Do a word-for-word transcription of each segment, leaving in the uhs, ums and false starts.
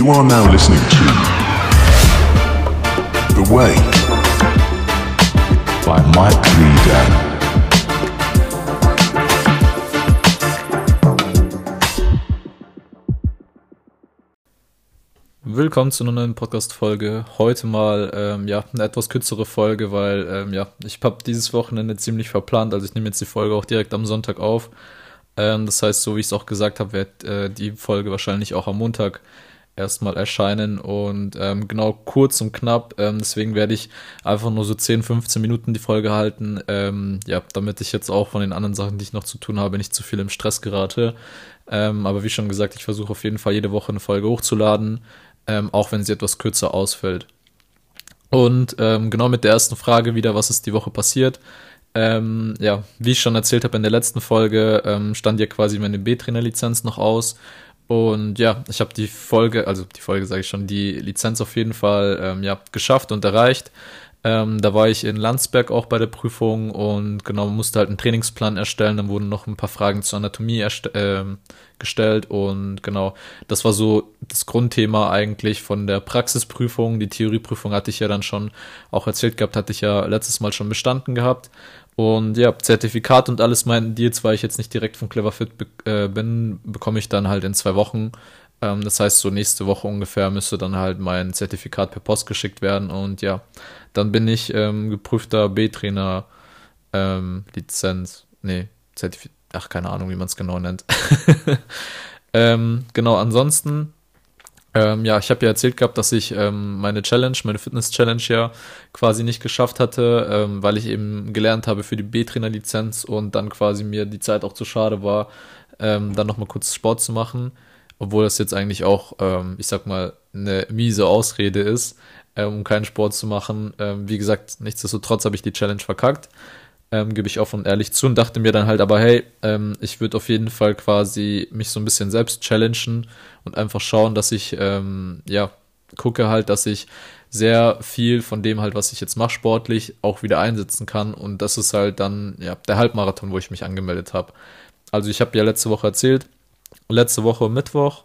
You are now listening to The Way by Mike Leader. Willkommen zu einer neuen Podcast-Folge. Heute mal ähm, ja eine etwas kürzere Folge, weil ähm, ja ich habe dieses Wochenende ziemlich verplant. Also ich nehme jetzt die Folge auch direkt am Sonntag auf. Ähm, das heißt, so wie ich es auch gesagt habe, wird äh, die Folge wahrscheinlich auch am Montag erstmal erscheinen. Und ähm, genau kurz und knapp. Ähm, deswegen werde ich einfach nur so zehn, fünfzehn Minuten die Folge halten. Ähm, ja, damit ich jetzt auch von den anderen Sachen, die ich noch zu tun habe, nicht zu viel im Stress gerate. Ähm, aber wie schon gesagt, ich versuche auf jeden Fall jede Woche eine Folge hochzuladen. Ähm, auch wenn sie etwas kürzer ausfällt. Und ähm, genau mit der ersten Frage wieder, was ist die Woche passiert? Ähm, ja, wie ich schon erzählt habe in der letzten Folge, ähm, stand ja quasi meine B-Trainer-Lizenz noch aus. Und ja, ich habe die Folge, also die Folge sage ich schon, die Lizenz auf jeden Fall ähm, ja, geschafft und erreicht. Ähm, da war ich in Landsberg auch bei der Prüfung und genau, musste halt einen Trainingsplan erstellen. Dann wurden noch ein paar Fragen zur Anatomie erst- äh, gestellt und genau, das war so das Grundthema eigentlich von der Praxisprüfung. Die Theorieprüfung hatte ich ja dann schon auch erzählt gehabt, hatte ich ja letztes Mal schon bestanden gehabt. Und ja, Zertifikat und alles meinten die jetzt, weil ich jetzt nicht direkt von Cleverfit be- äh, bin, bekomme ich dann halt in zwei Wochen. Ähm, das heißt, so nächste Woche ungefähr müsste dann halt mein Zertifikat per Post geschickt werden und ja, dann bin ich ähm, geprüfter B-Trainer ähm, Lizenz, nee, Zertifikat, ach, keine Ahnung, wie man es genau nennt. ähm, genau, ansonsten, ähm, ja, ich habe ja erzählt gehabt, dass ich ähm, meine Challenge, meine Fitness-Challenge ja quasi nicht geschafft hatte, ähm, weil ich eben gelernt habe für die B-Trainer-Lizenz und dann quasi mir die Zeit auch zu schade war, ähm, dann nochmal kurz Sport zu machen, obwohl das jetzt eigentlich auch, ähm, ich sag mal, eine miese Ausrede ist, ähm, um keinen Sport zu machen. Ähm, wie gesagt, nichtsdestotrotz habe ich die Challenge verkackt. Ähm, gebe ich offen und ehrlich zu und dachte mir dann halt aber, hey, ähm, ich würde auf jeden Fall quasi mich so ein bisschen selbst challengen und einfach schauen, dass ich, ähm, ja, gucke halt, dass ich sehr viel von dem halt, was ich jetzt mache sportlich, auch wieder einsetzen kann und das ist halt dann, ja, der Halbmarathon, wo ich mich angemeldet habe. Also ich habe ja letzte Woche erzählt, letzte Woche Mittwoch,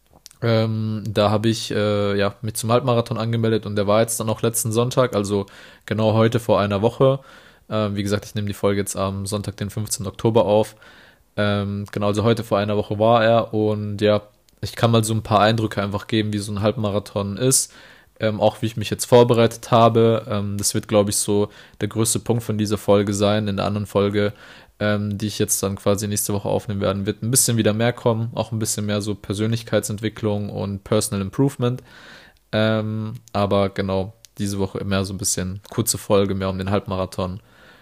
ähm, da habe ich äh, ja, mich zum Halbmarathon angemeldet und der war jetzt dann auch letzten Sonntag, also genau heute vor einer Woche. Ähm, wie gesagt, ich nehme die Folge jetzt am Sonntag, den fünfzehnten Oktober auf. Ähm, genau, also heute vor einer Woche war er und ja, ich kann mal so ein paar Eindrücke einfach geben, wie so ein Halbmarathon ist. Ähm, auch wie ich mich jetzt vorbereitet habe. Ähm, das wird, glaube ich, so der größte Punkt von dieser Folge sein. In der anderen Folge, ähm, die ich jetzt dann quasi nächste Woche aufnehmen werde, wird ein bisschen wieder mehr kommen. Auch ein bisschen mehr so Persönlichkeitsentwicklung und Personal Improvement. Ähm, aber genau, diese Woche mehr so ein bisschen kurze Folge, mehr um den Halbmarathon.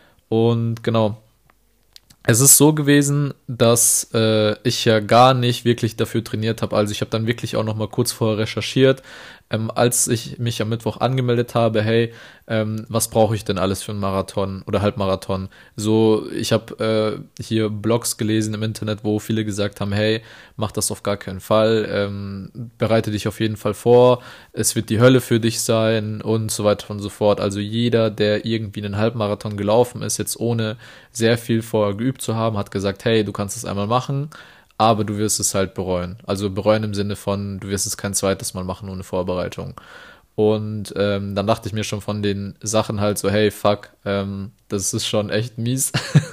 Und genau, es ist so gewesen, dass äh, ich ja gar nicht wirklich dafür trainiert habe. Also ich habe dann wirklich auch noch mal kurz vorher recherchiert, ähm, als ich mich am Mittwoch angemeldet habe, hey, ähm, was brauche ich denn alles für einen Marathon oder Halbmarathon? So, ich habe äh, hier Blogs gelesen im Internet, wo viele gesagt haben, hey, mach das auf gar keinen Fall, ähm, bereite dich auf jeden Fall vor, es wird die Hölle für dich sein und so weiter und so fort. Also jeder, der irgendwie einen Halbmarathon gelaufen ist, jetzt ohne sehr viel vorher geübt zu haben, hat gesagt, hey, du kannst es einmal machen, aber du wirst es halt bereuen. Also bereuen im Sinne von, du wirst es kein zweites Mal machen ohne Vorbereitung. Und ähm, dann dachte ich mir schon von den Sachen halt so, hey, fuck, ähm, das ist schon echt mies.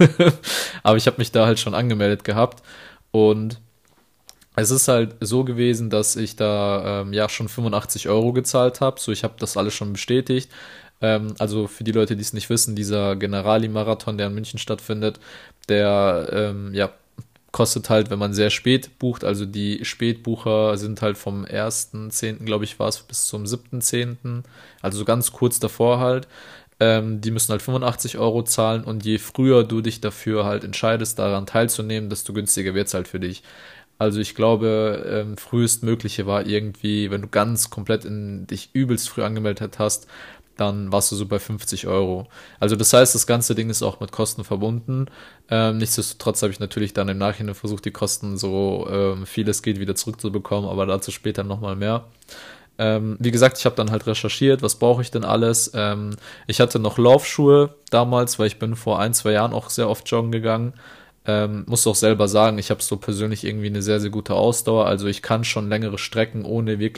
Aber ich habe mich da halt schon angemeldet gehabt und es ist halt so gewesen, dass ich da ähm, ja schon fünfundachtzig Euro gezahlt habe. So, ich habe das alles schon bestätigt. Ähm, also für die Leute, die es nicht wissen, dieser Generali-Marathon, der in München stattfindet, der ähm, ja, kostet halt, wenn man sehr spät bucht. Also die Spätbucher sind halt vom ersten zehnten glaube ich, war es, bis zum siebten zehnten Also so ganz kurz davor halt. Ähm, die müssen halt fünfundachtzig Euro zahlen und je früher du dich dafür halt entscheidest, daran teilzunehmen, desto günstiger wird es halt für dich. Also ich glaube, ähm, frühestmögliche war irgendwie, wenn du ganz komplett in dich übelst früh angemeldet hast, dann warst du so bei fünfzig Euro. Also das heißt, das ganze Ding ist auch mit Kosten verbunden. Ähm, nichtsdestotrotz habe ich natürlich dann im Nachhinein versucht, die Kosten so ähm, viel es geht wieder zurückzubekommen, aber dazu später nochmal mehr. Ähm, wie gesagt, ich habe dann halt recherchiert, was brauche ich denn alles. Ähm, ich hatte noch Laufschuhe damals, weil ich bin vor ein, zwei Jahren auch sehr oft joggen gegangen. Ähm, muss auch selber sagen, ich habe so persönlich irgendwie eine sehr, sehr gute Ausdauer. Also ich kann schon längere Strecken ohne wirklich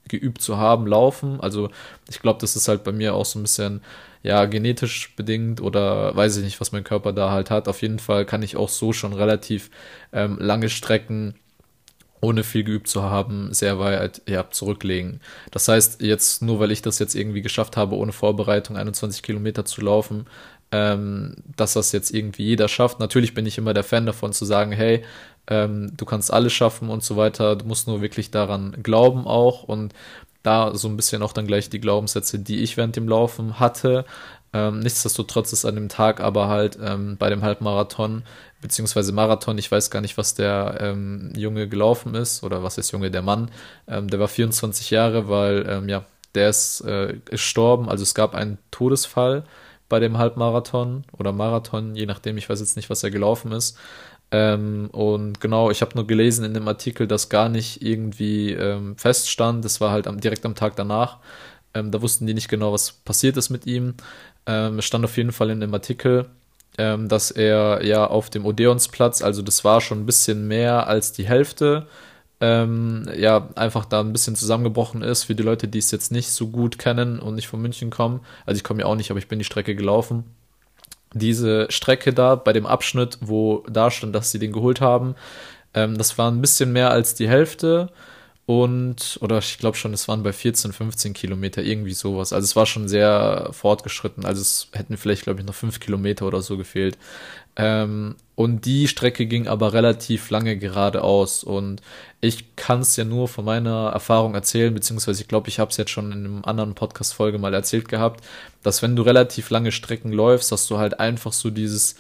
geübt zu haben, laufen. Also ich glaube, das ist halt bei mir auch so ein bisschen, ja, genetisch bedingt oder weiß ich nicht, was mein Körper da halt hat. Auf jeden Fall kann ich auch so schon relativ ähm, lange Strecken ohne viel geübt zu haben, sehr weit ja, zurücklegen. Das heißt, jetzt nur weil ich das jetzt irgendwie geschafft habe, ohne Vorbereitung einundzwanzig Kilometer zu laufen, ähm, dass das jetzt irgendwie jeder schafft. Natürlich bin ich immer der Fan davon zu sagen, hey, ähm, du kannst alles schaffen und so weiter. Du musst nur wirklich daran glauben auch und da so ein bisschen auch dann gleich die Glaubenssätze, die ich während dem Laufen hatte. Ähm, nichtsdestotrotz ist an dem Tag aber halt ähm, bei dem Halbmarathon beziehungsweise Marathon, ich weiß gar nicht, was der ähm, Junge gelaufen ist oder was ist Junge, der Mann, ähm, der war vierundzwanzig Jahre, weil ähm, ja, der ist äh, gestorben, also es gab einen Todesfall bei dem Halbmarathon oder Marathon, je nachdem, ich weiß jetzt nicht, was er gelaufen ist. Ähm, und genau, ich habe nur gelesen in dem Artikel, dass gar nicht irgendwie ähm, feststand, das war halt am, direkt am Tag danach, ähm, da wussten die nicht genau, was passiert ist mit ihm. Ähm, es stand auf jeden Fall in dem Artikel, ähm, dass er ja auf dem Odeonsplatz, also das war schon ein bisschen mehr als die Hälfte, ähm, ja, einfach da ein bisschen zusammengebrochen ist für die Leute, die es jetzt nicht so gut kennen und nicht von München kommen. Also ich komme ja auch nicht, aber ich bin die Strecke gelaufen. Diese Strecke da bei dem Abschnitt, wo da stand, dass sie den geholt haben, ähm, das war ein bisschen mehr als die Hälfte. Und, oder ich glaube schon, es waren bei vierzehn, fünfzehn Kilometer, irgendwie sowas. Also es war schon sehr fortgeschritten. Also es hätten vielleicht, glaube ich, noch fünf Kilometer oder so gefehlt. Ähm, und die Strecke ging aber relativ lange geradeaus. Und ich kann es ja nur von meiner Erfahrung erzählen, beziehungsweise ich glaube, ich habe es jetzt schon in einem anderen Podcast-Folge mal erzählt gehabt, dass wenn du relativ lange Strecken läufst, dass du halt einfach so dieses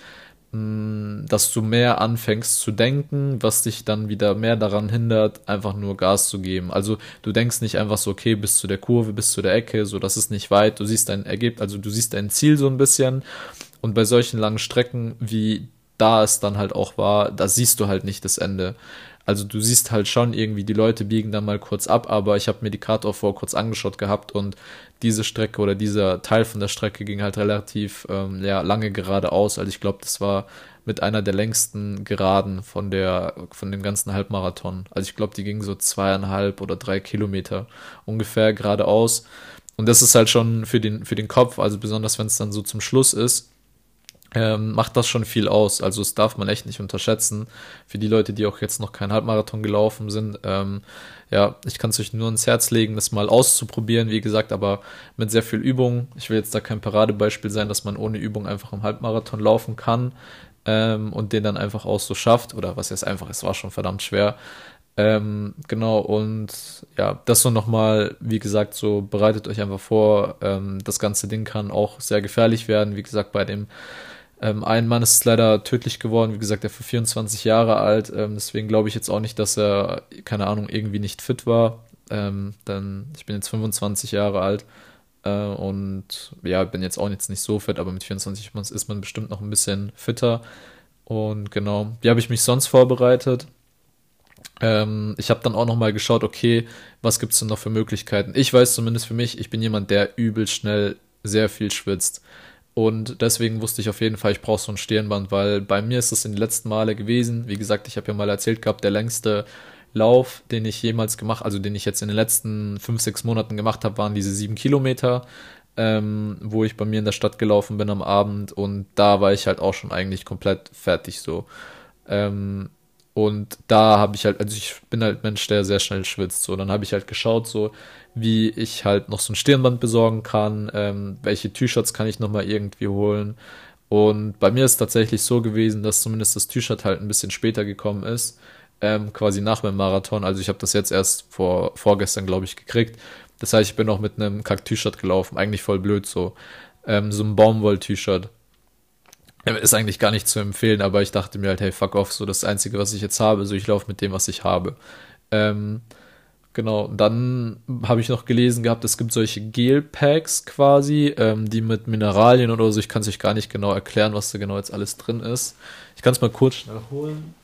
dass du mehr anfängst zu denken, was dich dann wieder mehr daran hindert, einfach nur Gas zu geben. Also du denkst nicht einfach so, okay, bis zu der Kurve, bis zu der Ecke, so, das ist nicht weit, du siehst dein Ergebnis, also du siehst dein Ziel so ein bisschen und bei solchen langen Strecken, wie da es dann halt auch war, da siehst du halt nicht das Ende. Also du siehst halt schon irgendwie, die Leute biegen dann mal kurz ab, aber ich habe mir die Karte auch vor kurz angeschaut gehabt und diese Strecke oder dieser Teil von der Strecke ging halt relativ ähm, ja, lange geradeaus. Also ich glaube, das war mit einer der längsten Geraden von der von dem ganzen Halbmarathon. Also ich glaube, die ging so zweieinhalb oder drei Kilometer ungefähr geradeaus. Und das ist halt schon für den, für den Kopf, also besonders wenn es dann so zum Schluss ist, ähm, macht das schon viel aus. Also das darf man echt nicht unterschätzen. Für die Leute, die auch jetzt noch keinen Halbmarathon gelaufen sind, ähm, ja, ich kann es euch nur ins Herz legen, das mal auszuprobieren, wie gesagt, aber mit sehr viel Übung. Ich will jetzt da kein Paradebeispiel sein, dass man ohne Übung einfach im Halbmarathon laufen kann ähm, und den dann einfach auch so schafft. Oder was jetzt einfach, es war schon verdammt schwer. Ähm, genau, und ja, das so nochmal, wie gesagt, so bereitet euch einfach vor, ähm, das ganze Ding kann auch sehr gefährlich werden, wie gesagt, bei dem ähm, ein Mann ist es leider tödlich geworden, wie gesagt, er war vierundzwanzig Jahre alt, ähm, deswegen glaube ich jetzt auch nicht, dass er, keine Ahnung, irgendwie nicht fit war, ähm, denn ich bin jetzt fünfundzwanzig Jahre alt äh, und ja, bin jetzt auch jetzt nicht so fit, aber mit vierundzwanzig ist man bestimmt noch ein bisschen fitter und genau, wie habe ich mich sonst vorbereitet? Ähm, ich habe dann auch nochmal geschaut, okay, was gibt es denn noch für Möglichkeiten? Ich weiß zumindest für mich, ich bin jemand, der übel schnell sehr viel schwitzt. Und deswegen wusste ich auf jeden Fall, ich brauche so ein Stirnband, weil bei mir ist es in den letzten Male gewesen. Wie gesagt, ich habe ja mal erzählt gehabt, der längste Lauf, den ich jemals gemacht, also den ich jetzt in den letzten fünf, sechs Monaten gemacht habe, waren diese sieben Kilometer, ähm, wo ich bei mir in der Stadt gelaufen bin am Abend und da war ich halt auch schon eigentlich komplett fertig so. Ähm, und da habe ich halt, also ich bin halt Mensch, der sehr schnell schwitzt. So, dann habe ich halt geschaut, so wie ich halt noch so ein Stirnband besorgen kann, ähm, welche T-Shirts kann ich nochmal irgendwie holen. Und bei mir ist es tatsächlich so gewesen, dass zumindest das T-Shirt halt ein bisschen später gekommen ist, ähm, quasi nach meinem Marathon. Also ich habe das jetzt erst vor vorgestern, glaube ich, gekriegt. Das heißt, ich bin auch mit einem Kack-T-Shirt gelaufen, eigentlich voll blöd so. Ähm, so ein Baumwoll-T-Shirt. Ist eigentlich gar nicht zu empfehlen, aber ich dachte mir halt, hey, fuck off, so das Einzige, was ich jetzt habe, so ich laufe mit dem, was ich habe. Ähm, genau, dann habe ich noch gelesen gehabt, es gibt solche Gel-Packs quasi, ähm, die mit Mineralien oder so, ich kann es euch gar nicht genau erklären, was da genau jetzt alles drin ist. Ich kann es mal kurz schnell holen.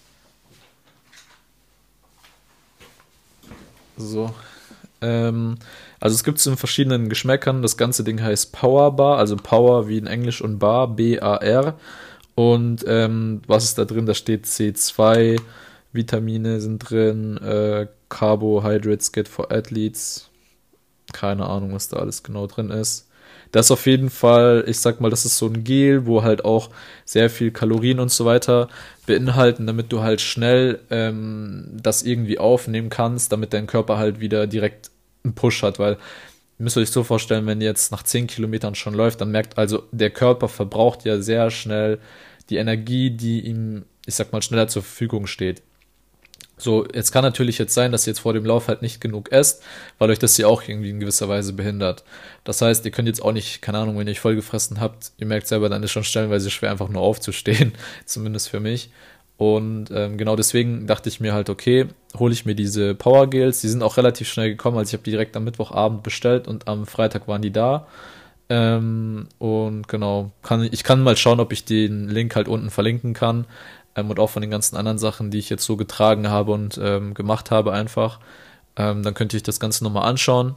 So, ähm, also es gibt es in verschiedenen Geschmäckern. Das ganze Ding heißt Power Bar, also Power wie in Englisch und Bar, B A R. Und ähm, was ist da drin? Da steht C zwei, Vitamine sind drin, äh, Carbohydrates good for athletes. Keine Ahnung, was da alles genau drin ist. Das ist auf jeden Fall, ich sag mal, das ist so ein Gel, wo halt auch sehr viel Kalorien und so weiter beinhalten, damit du halt schnell ähm, das irgendwie aufnehmen kannst, damit dein Körper halt wieder direkt einen Push hat, weil ihr müsst euch so vorstellen, wenn ihr jetzt nach zehn Kilometern schon läuft, dann merkt also, der Körper verbraucht ja sehr schnell die Energie, die ihm, ich sag mal, schneller zur Verfügung steht. So, jetzt kann natürlich jetzt sein, dass ihr jetzt vor dem Lauf halt nicht genug esst, weil euch das ja auch irgendwie in gewisser Weise behindert. Das heißt, ihr könnt jetzt auch nicht, keine Ahnung, wenn ihr euch vollgefressen habt, ihr merkt selber, dann ist schon stellenweise schwer, einfach nur aufzustehen, zumindest für mich. Und ähm, genau deswegen dachte ich mir halt, okay, hole ich mir diese Power Gels, die sind auch relativ schnell gekommen, also ich habe die direkt am Mittwochabend bestellt und am Freitag waren die da. Ähm, und genau, kann, ich kann mal schauen, ob ich den Link halt unten verlinken kann, ähm, und auch von den ganzen anderen Sachen, die ich jetzt so getragen habe und ähm, gemacht habe einfach. Ähm, dann könnt ihr euch das Ganze nochmal anschauen.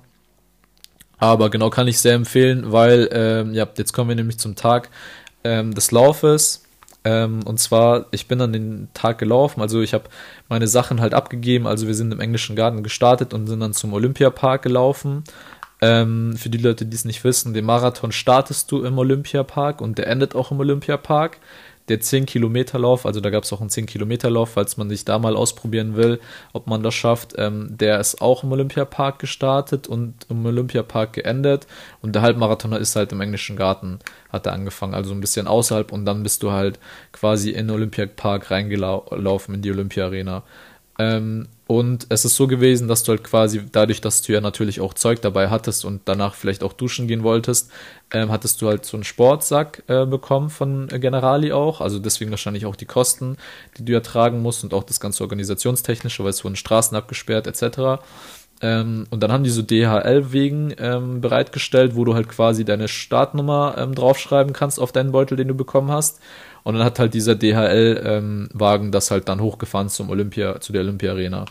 Aber genau, kann ich sehr empfehlen, weil, ähm, ja, jetzt kommen wir nämlich zum Tag ähm, des Laufes. Ähm, und zwar, ich bin an den Tag gelaufen, also ich habe meine Sachen halt abgegeben, also wir sind im englischen Garten gestartet und sind dann zum Olympiapark gelaufen. Ähm, für die Leute, die es nicht wissen, den Marathon startest du im Olympiapark und der endet auch im Olympiapark. Der zehn Kilometer Lauf, also da gab es auch einen zehn Kilometer Lauf, falls man sich da mal ausprobieren will, ob man das schafft. Ähm, der ist auch im Olympiapark gestartet und im Olympiapark geendet. Und der Halbmarathon ist halt im englischen Garten, hat er angefangen, also ein bisschen außerhalb. Und dann bist du halt quasi in den Olympiapark reingelaufen, in die Olympia-Arena. Ähm, und es ist so gewesen, dass du halt quasi, dadurch, dass du ja natürlich auch Zeug dabei hattest und danach vielleicht auch duschen gehen wolltest, ähm, hattest du halt so einen Sportsack äh, bekommen von äh, Generali auch. Also deswegen wahrscheinlich auch die Kosten, die du ja tragen musst und auch das ganze Organisationstechnische, weil es wurden Straßen abgesperrt et cetera. Ähm, und dann haben die so D H L-Wegen ähm, bereitgestellt, wo du halt quasi deine Startnummer ähm, draufschreiben kannst auf deinen Beutel, den du bekommen hast. Und dann hat halt dieser D H L-Wagen ähm, das halt dann hochgefahren zum Olympia, zu der Olympia-Arena.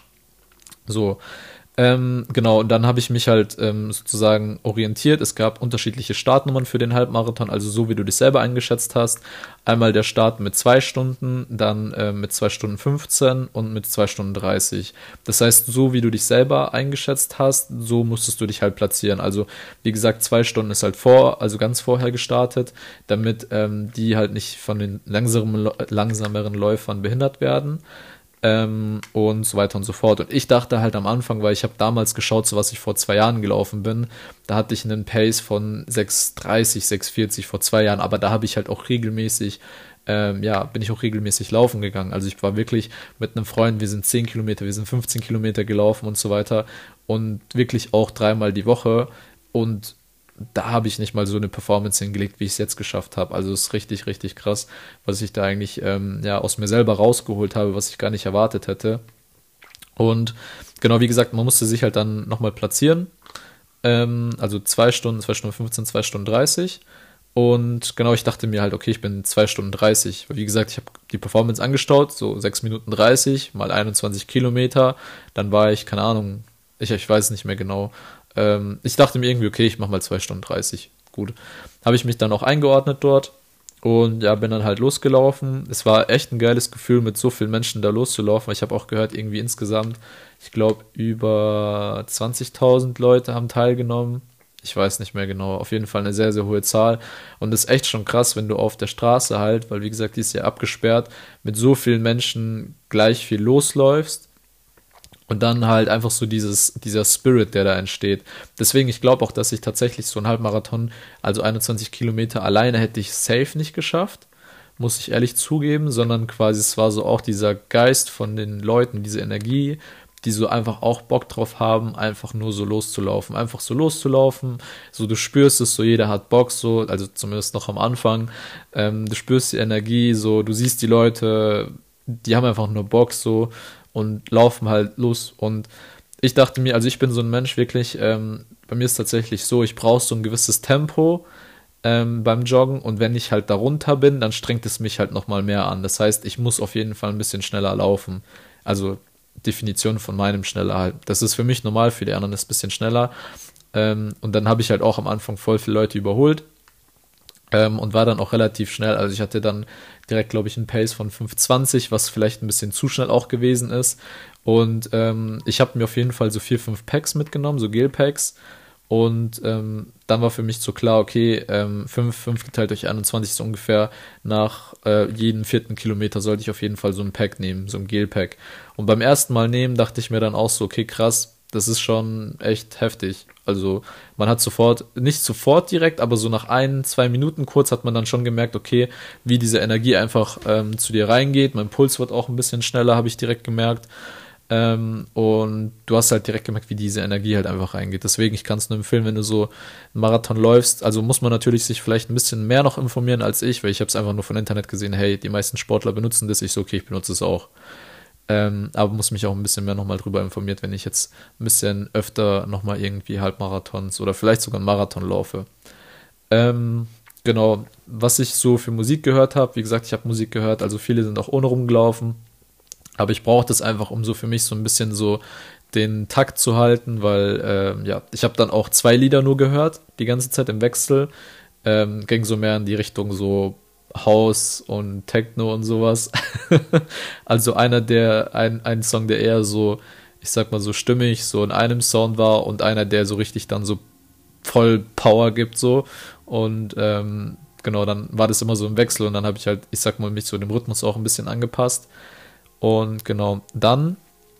So, ähm, genau, und dann habe ich mich halt ähm, sozusagen orientiert. Es gab unterschiedliche Startnummern für den Halbmarathon, also so wie du dich selber eingeschätzt hast. Einmal der Start mit zwei Stunden, dann äh, mit zwei Stunden fünfzehn und mit zwei Stunden dreißig. Das heißt, so wie du dich selber eingeschätzt hast, so musstest du dich halt platzieren. Also, wie gesagt, zwei Stunden ist halt vor, also ganz vorher gestartet, damit ähm, die halt nicht von den langsamen, langsameren Läufern behindert werden. Ähm, und so weiter und so fort. Und ich dachte halt am Anfang, weil ich habe damals geschaut, so was ich vor zwei Jahren gelaufen bin, da hatte ich einen Pace von sechs dreißig, sechs vierzig vor zwei Jahren, aber da habe ich halt auch regelmäßig, ähm, ja, bin ich auch regelmäßig laufen gegangen. Also ich war wirklich mit einem Freund, wir sind zehn Kilometer, wir sind fünfzehn Kilometer gelaufen und so weiter und wirklich auch dreimal die Woche und da habe ich nicht mal so eine Performance hingelegt, wie ich es jetzt geschafft habe. Also es ist richtig, richtig krass, was ich da eigentlich ähm, ja, aus mir selber rausgeholt habe, was ich gar nicht erwartet hätte. Und genau, wie gesagt, man musste sich halt dann nochmal platzieren. Ähm, also zwei Stunden, zwei Stunden fünfzehn, zwei Stunden dreißig. Und genau, ich dachte mir halt, okay, ich bin zwei Stunden dreißig. Weil wie gesagt, ich habe die Performance angestaut, so sechs Minuten dreißig mal einundzwanzig Kilometer. Dann war ich, keine Ahnung, ich, ich weiß nicht mehr genau. Ähm, ich dachte mir irgendwie, okay, ich mache mal zwei Stunden dreißig. Gut. Habe ich mich dann auch eingeordnet dort und ja, bin dann halt losgelaufen. Es war echt ein geiles Gefühl, mit so vielen Menschen da loszulaufen. Ich habe auch gehört, irgendwie insgesamt, ich glaube, über zwanzigtausend Leute haben teilgenommen. Ich weiß nicht mehr genau. Auf jeden Fall eine sehr, sehr hohe Zahl. Und das ist echt schon krass, wenn du auf der Straße halt, weil wie gesagt, die ist ja abgesperrt, mit so vielen Menschen gleich viel losläufst. Und dann halt einfach so dieses, dieser Spirit, der da entsteht. Deswegen, ich glaube auch, dass ich tatsächlich so einen Halbmarathon, also einundzwanzig Kilometer alleine hätte ich safe nicht geschafft, muss ich ehrlich zugeben, sondern quasi es war so auch dieser Geist von den Leuten, diese Energie, die so einfach auch Bock drauf haben, einfach nur so loszulaufen, einfach so loszulaufen, so du spürst es, so jeder hat Bock, so, also zumindest noch am Anfang, ähm, du spürst die Energie, so, du siehst die Leute, die haben einfach nur Bock, so, und laufen halt los. Und ich dachte mir, also ich bin so ein Mensch wirklich, ähm, bei mir ist tatsächlich so, ich brauche so ein gewisses Tempo ähm, beim Joggen und wenn ich halt darunter bin, dann strengt es mich halt nochmal mehr an. Das heißt, ich muss auf jeden Fall ein bisschen schneller laufen. Also Definition von meinem schneller halt. Das ist für mich normal, für die anderen ist es ein bisschen schneller. Ähm, und dann habe ich halt auch am Anfang voll viele Leute überholt. ähm, und war dann auch relativ schnell. Also ich hatte dann direkt, glaube ich, einen Pace von fünf zwanzig, was vielleicht ein bisschen zu schnell auch gewesen ist. Und ähm, ich habe mir auf jeden Fall so vier, fünf Packs mitgenommen, so Gel-Packs. Und ähm, dann war für mich so klar, okay, ähm, fünf, fünf geteilt durch einundzwanzig ist ungefähr nach äh, jedem vierten Kilometer sollte ich auf jeden Fall so ein Pack nehmen, so ein Gel-Pack. Und beim ersten Mal nehmen dachte ich mir dann auch so, okay, krass, das ist schon echt heftig. Also man hat sofort, nicht sofort direkt, aber so nach ein, zwei Minuten kurz hat man dann schon gemerkt, okay, wie diese Energie einfach ähm, zu dir reingeht. Mein Puls wird auch ein bisschen schneller, habe ich direkt gemerkt. Ähm, und du hast halt direkt gemerkt, wie diese Energie halt einfach reingeht. Deswegen, ich kann es nur empfehlen, wenn du so einen Marathon läufst. Also muss man natürlich sich vielleicht ein bisschen mehr noch informieren als ich, weil ich habe es einfach nur von Internet gesehen, hey, die meisten Sportler benutzen das. Ich so, okay, ich benutze es auch. Ähm, aber muss mich auch ein bisschen mehr nochmal drüber informiert, wenn ich jetzt ein bisschen öfter nochmal irgendwie Halbmarathons oder vielleicht sogar einen Marathon laufe. Ähm, genau, was ich so für Musik gehört habe, wie gesagt, ich habe Musik gehört, also viele sind auch ohne rumgelaufen. Aber ich brauche das einfach, um so für mich so ein bisschen so den Takt zu halten, weil ähm, ja, ich habe dann auch zwei Lieder nur gehört, die ganze Zeit im Wechsel. Ähm, ging so mehr in die Richtung so House und Techno und sowas. Also einer der, ein, ein Song, der eher so, ich sag mal so stimmig, so in einem Sound war und einer, der so richtig dann so voll Power gibt so. Und ähm, genau, dann war das immer so im Wechsel und dann habe ich halt, ich sag mal, mich so dem Rhythmus auch ein bisschen angepasst. Und genau, dann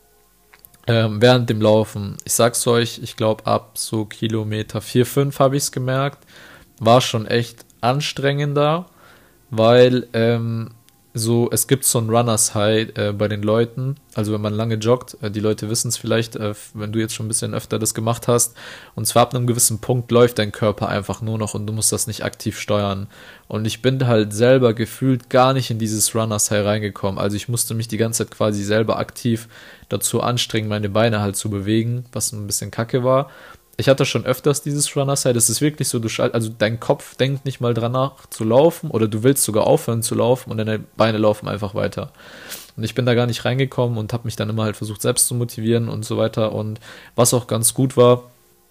ähm, während dem Laufen, ich sag's euch, ich glaube ab so Kilometer vier fünf habe ich es gemerkt, war schon echt anstrengender, weil ähm, so, es gibt so ein Runners High äh, bei den Leuten, also wenn man lange joggt, äh, die Leute wissen es vielleicht, äh, wenn du jetzt schon ein bisschen öfter das gemacht hast, und zwar ab einem gewissen Punkt läuft dein Körper einfach nur noch und du musst das nicht aktiv steuern. Und ich bin halt selber gefühlt gar nicht in dieses Runners High reingekommen, also ich musste mich die ganze Zeit quasi selber aktiv dazu anstrengen, meine Beine halt zu bewegen, was ein bisschen kacke war. Ich hatte schon öfters dieses Runner Side. Es ist wirklich so, du schalt, also dein Kopf denkt nicht mal dran nach zu laufen oder du willst sogar aufhören zu laufen und deine Beine laufen einfach weiter. Und ich bin da gar nicht reingekommen und habe mich dann immer halt versucht selbst zu motivieren und so weiter. Und was auch ganz gut war,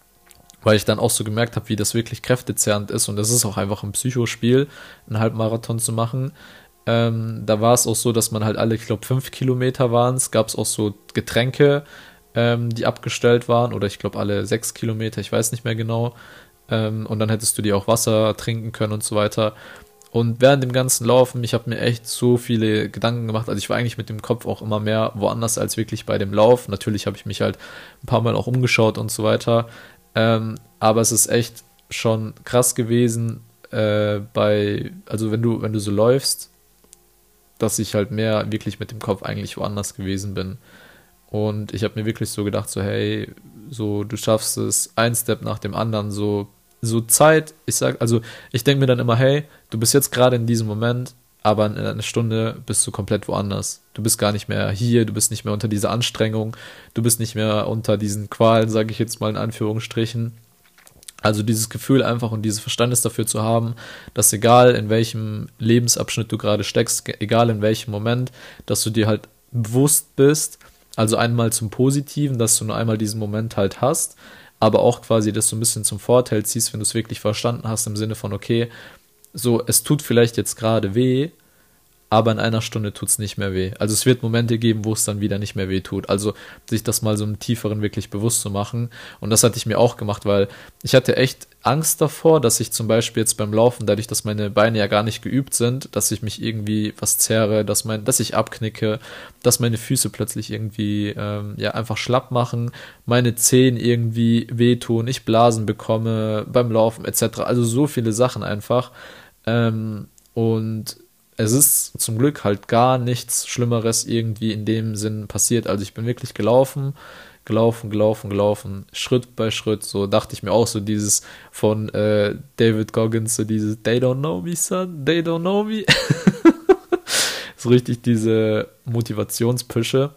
weil ich dann auch so gemerkt habe, wie das wirklich kräftezehrend ist und das ist auch einfach ein Psychospiel, einen Halbmarathon zu machen. Ähm, da war es auch so, dass man halt alle, ich glaube, fünf Kilometer waren es, gab es auch so Getränke, ähm, die abgestellt waren, oder ich glaube alle sechs Kilometer, ich weiß nicht mehr genau. Ähm, und dann hättest du dir auch Wasser trinken können und so weiter. Und während dem ganzen Laufen, ich habe mir echt so viele Gedanken gemacht, also ich war eigentlich mit dem Kopf auch immer mehr woanders als wirklich bei dem Lauf. Natürlich habe ich mich halt ein paar Mal auch umgeschaut und so weiter. Ähm, aber es ist echt schon krass gewesen, äh, bei, also wenn du, wenn du so läufst, dass ich halt mehr wirklich mit dem Kopf eigentlich woanders gewesen bin. Und ich habe mir wirklich so gedacht, so hey, so du schaffst es, ein Step nach dem anderen, so, so Zeit, ich sag, also ich denke mir dann immer, hey, du bist jetzt gerade in diesem Moment, aber in einer Stunde bist du komplett woanders. Du bist gar nicht mehr hier, du bist nicht mehr unter dieser Anstrengung, du bist nicht mehr unter diesen Qualen, sage ich jetzt mal in Anführungsstrichen. Also dieses Gefühl einfach und dieses Verständnis dafür zu haben, dass egal in welchem Lebensabschnitt du gerade steckst, egal in welchem Moment, dass du dir halt bewusst bist, also einmal zum Positiven, dass du nur einmal diesen Moment halt hast, aber auch quasi, dass du ein bisschen zum Vorteil ziehst, wenn du es wirklich verstanden hast, im Sinne von, okay, so, es tut vielleicht jetzt gerade weh, aber in einer Stunde tut es nicht mehr weh. Also es wird Momente geben, wo es dann wieder nicht mehr weh tut. Also sich das mal so im Tieferen wirklich bewusst zu machen. Und das hatte ich mir auch gemacht, weil ich hatte echt Angst davor, dass ich zum Beispiel jetzt beim Laufen, dadurch, dass meine Beine ja gar nicht geübt sind, dass ich mich irgendwie was zerre, dass, mein, dass ich abknicke, dass meine Füße plötzlich irgendwie ähm, ja einfach schlapp machen, meine Zehen irgendwie wehtun, ich Blasen bekomme beim Laufen et cetera. Also so viele Sachen einfach. Ähm, und es ist zum Glück halt gar nichts Schlimmeres irgendwie in dem Sinn passiert. Also ich bin wirklich gelaufen, gelaufen, gelaufen, gelaufen, Schritt bei Schritt. So dachte ich mir auch so dieses von äh, David Goggins, so dieses They don't know me, son, they don't know me. So richtig diese Motivationspusche.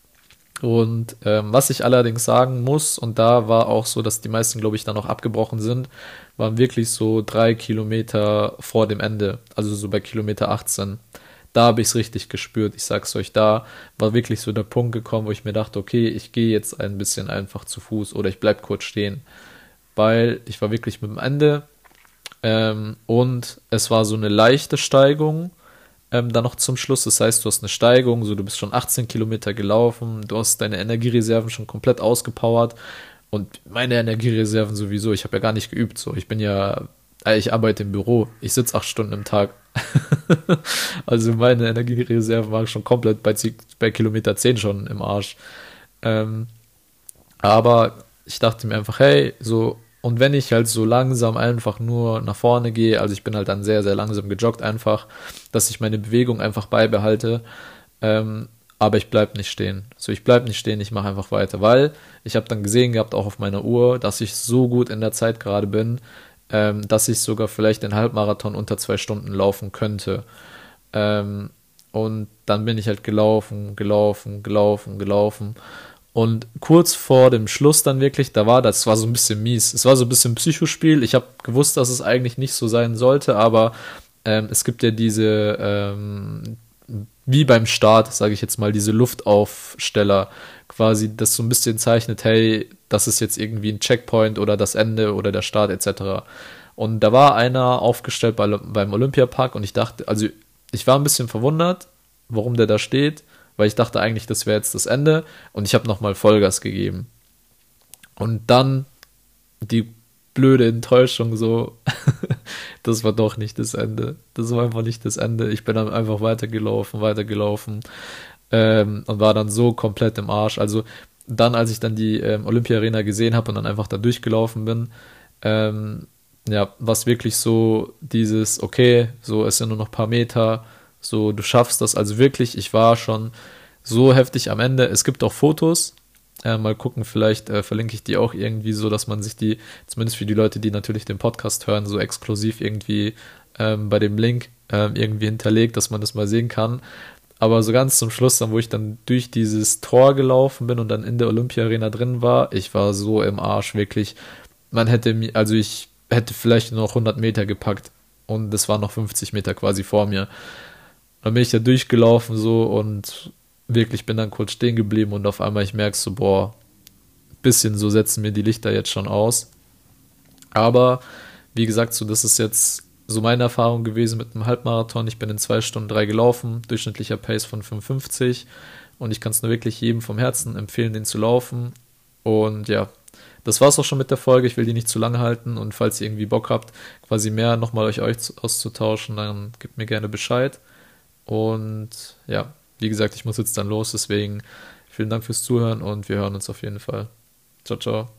Und ähm, was ich allerdings sagen muss, und da war auch so, dass die meisten, glaube ich, dann auch abgebrochen sind, waren wirklich so drei Kilometer vor dem Ende, also so bei Kilometer achtzehn. Da habe ich es richtig gespürt, ich sag's euch, da war wirklich so der Punkt gekommen, wo ich mir dachte, okay, ich gehe jetzt ein bisschen einfach zu Fuß oder ich bleib kurz stehen, weil ich war wirklich mit dem Ende Ähm, und es war so eine leichte Steigung ähm, dann noch zum Schluss. Das heißt, du hast eine Steigung, so du bist schon achtzehn Kilometer gelaufen, du hast deine Energiereserven schon komplett ausgepowert. Und meine Energiereserven sowieso, ich habe ja gar nicht geübt. So, ich bin ja, äh, ich arbeite im Büro, ich sitze acht Stunden im Tag. Also meine Energiereserven waren schon komplett bei, bei Kilometer zehn schon im Arsch. Ähm, aber ich dachte mir einfach, hey, so, und wenn ich halt so langsam einfach nur nach vorne gehe, also ich bin halt dann sehr, sehr langsam gejoggt einfach, dass ich meine Bewegung einfach beibehalte, ähm, aber ich bleib nicht stehen. So, ich bleib nicht stehen, ich mache einfach weiter, weil ich habe dann gesehen gehabt, auch auf meiner Uhr, dass ich so gut in der Zeit gerade bin, ähm, dass ich sogar vielleicht den Halbmarathon unter zwei Stunden laufen könnte. Ähm, und dann bin ich halt gelaufen, gelaufen, gelaufen, gelaufen. Und kurz vor dem Schluss dann wirklich, da war das, war so ein bisschen mies. Es war so ein bisschen Psychospiel. Ich habe gewusst, dass es eigentlich nicht so sein sollte, aber ähm, es gibt ja diese, ähm, wie beim Start, sage ich jetzt mal, diese Luftaufsteller, quasi das so ein bisschen zeichnet, hey, das ist jetzt irgendwie ein Checkpoint oder das Ende oder der Start et cetera. Und da war einer aufgestellt bei, beim Olympiapark und ich dachte, also ich war ein bisschen verwundert, warum der da steht, weil ich dachte eigentlich, das wäre jetzt das Ende und ich habe nochmal Vollgas gegeben. Und dann die blöde Enttäuschung so, das war doch nicht das Ende. Das war einfach nicht das Ende. Ich bin dann einfach weitergelaufen, weitergelaufen ähm, und war dann so komplett im Arsch. Also dann, als ich dann die ähm, Olympia-Arena gesehen habe und dann einfach da durchgelaufen bin, ähm, ja, war es wirklich so dieses, okay, so es sind nur noch ein paar Meter, so du schaffst das. Also wirklich, ich war schon so heftig am Ende. Es gibt auch Fotos, äh, mal gucken, vielleicht äh, verlinke ich die auch irgendwie so, dass man sich die, zumindest für die Leute, die natürlich den Podcast hören, so exklusiv irgendwie ähm, bei dem Link ähm, irgendwie hinterlegt, dass man das mal sehen kann. Aber so ganz zum Schluss, dann wo ich dann durch dieses Tor gelaufen bin und dann in der Olympia-Arena drin war, ich war so im Arsch, wirklich. Man hätte mir, also ich hätte vielleicht nur noch hundert Meter gepackt und das waren noch fünfzig Meter quasi vor mir. Dann bin ich da durchgelaufen so und wirklich bin dann kurz stehen geblieben und auf einmal ich merke so, boah, bisschen so setzen mir die Lichter jetzt schon aus. Aber wie gesagt, so das ist jetzt so meine Erfahrung gewesen mit einem Halbmarathon. Ich bin in zwei Stunden drei gelaufen, durchschnittlicher Pace von fünfundfünfzig und ich kann es nur wirklich jedem vom Herzen empfehlen, den zu laufen. Und ja, das war's auch schon mit der Folge. Ich will die nicht zu lange halten und falls ihr irgendwie Bock habt, quasi mehr nochmal euch auszutauschen, dann gebt mir gerne Bescheid. Und ja, wie gesagt, ich muss jetzt dann los, deswegen vielen Dank fürs Zuhören und wir hören uns auf jeden Fall. Ciao, ciao.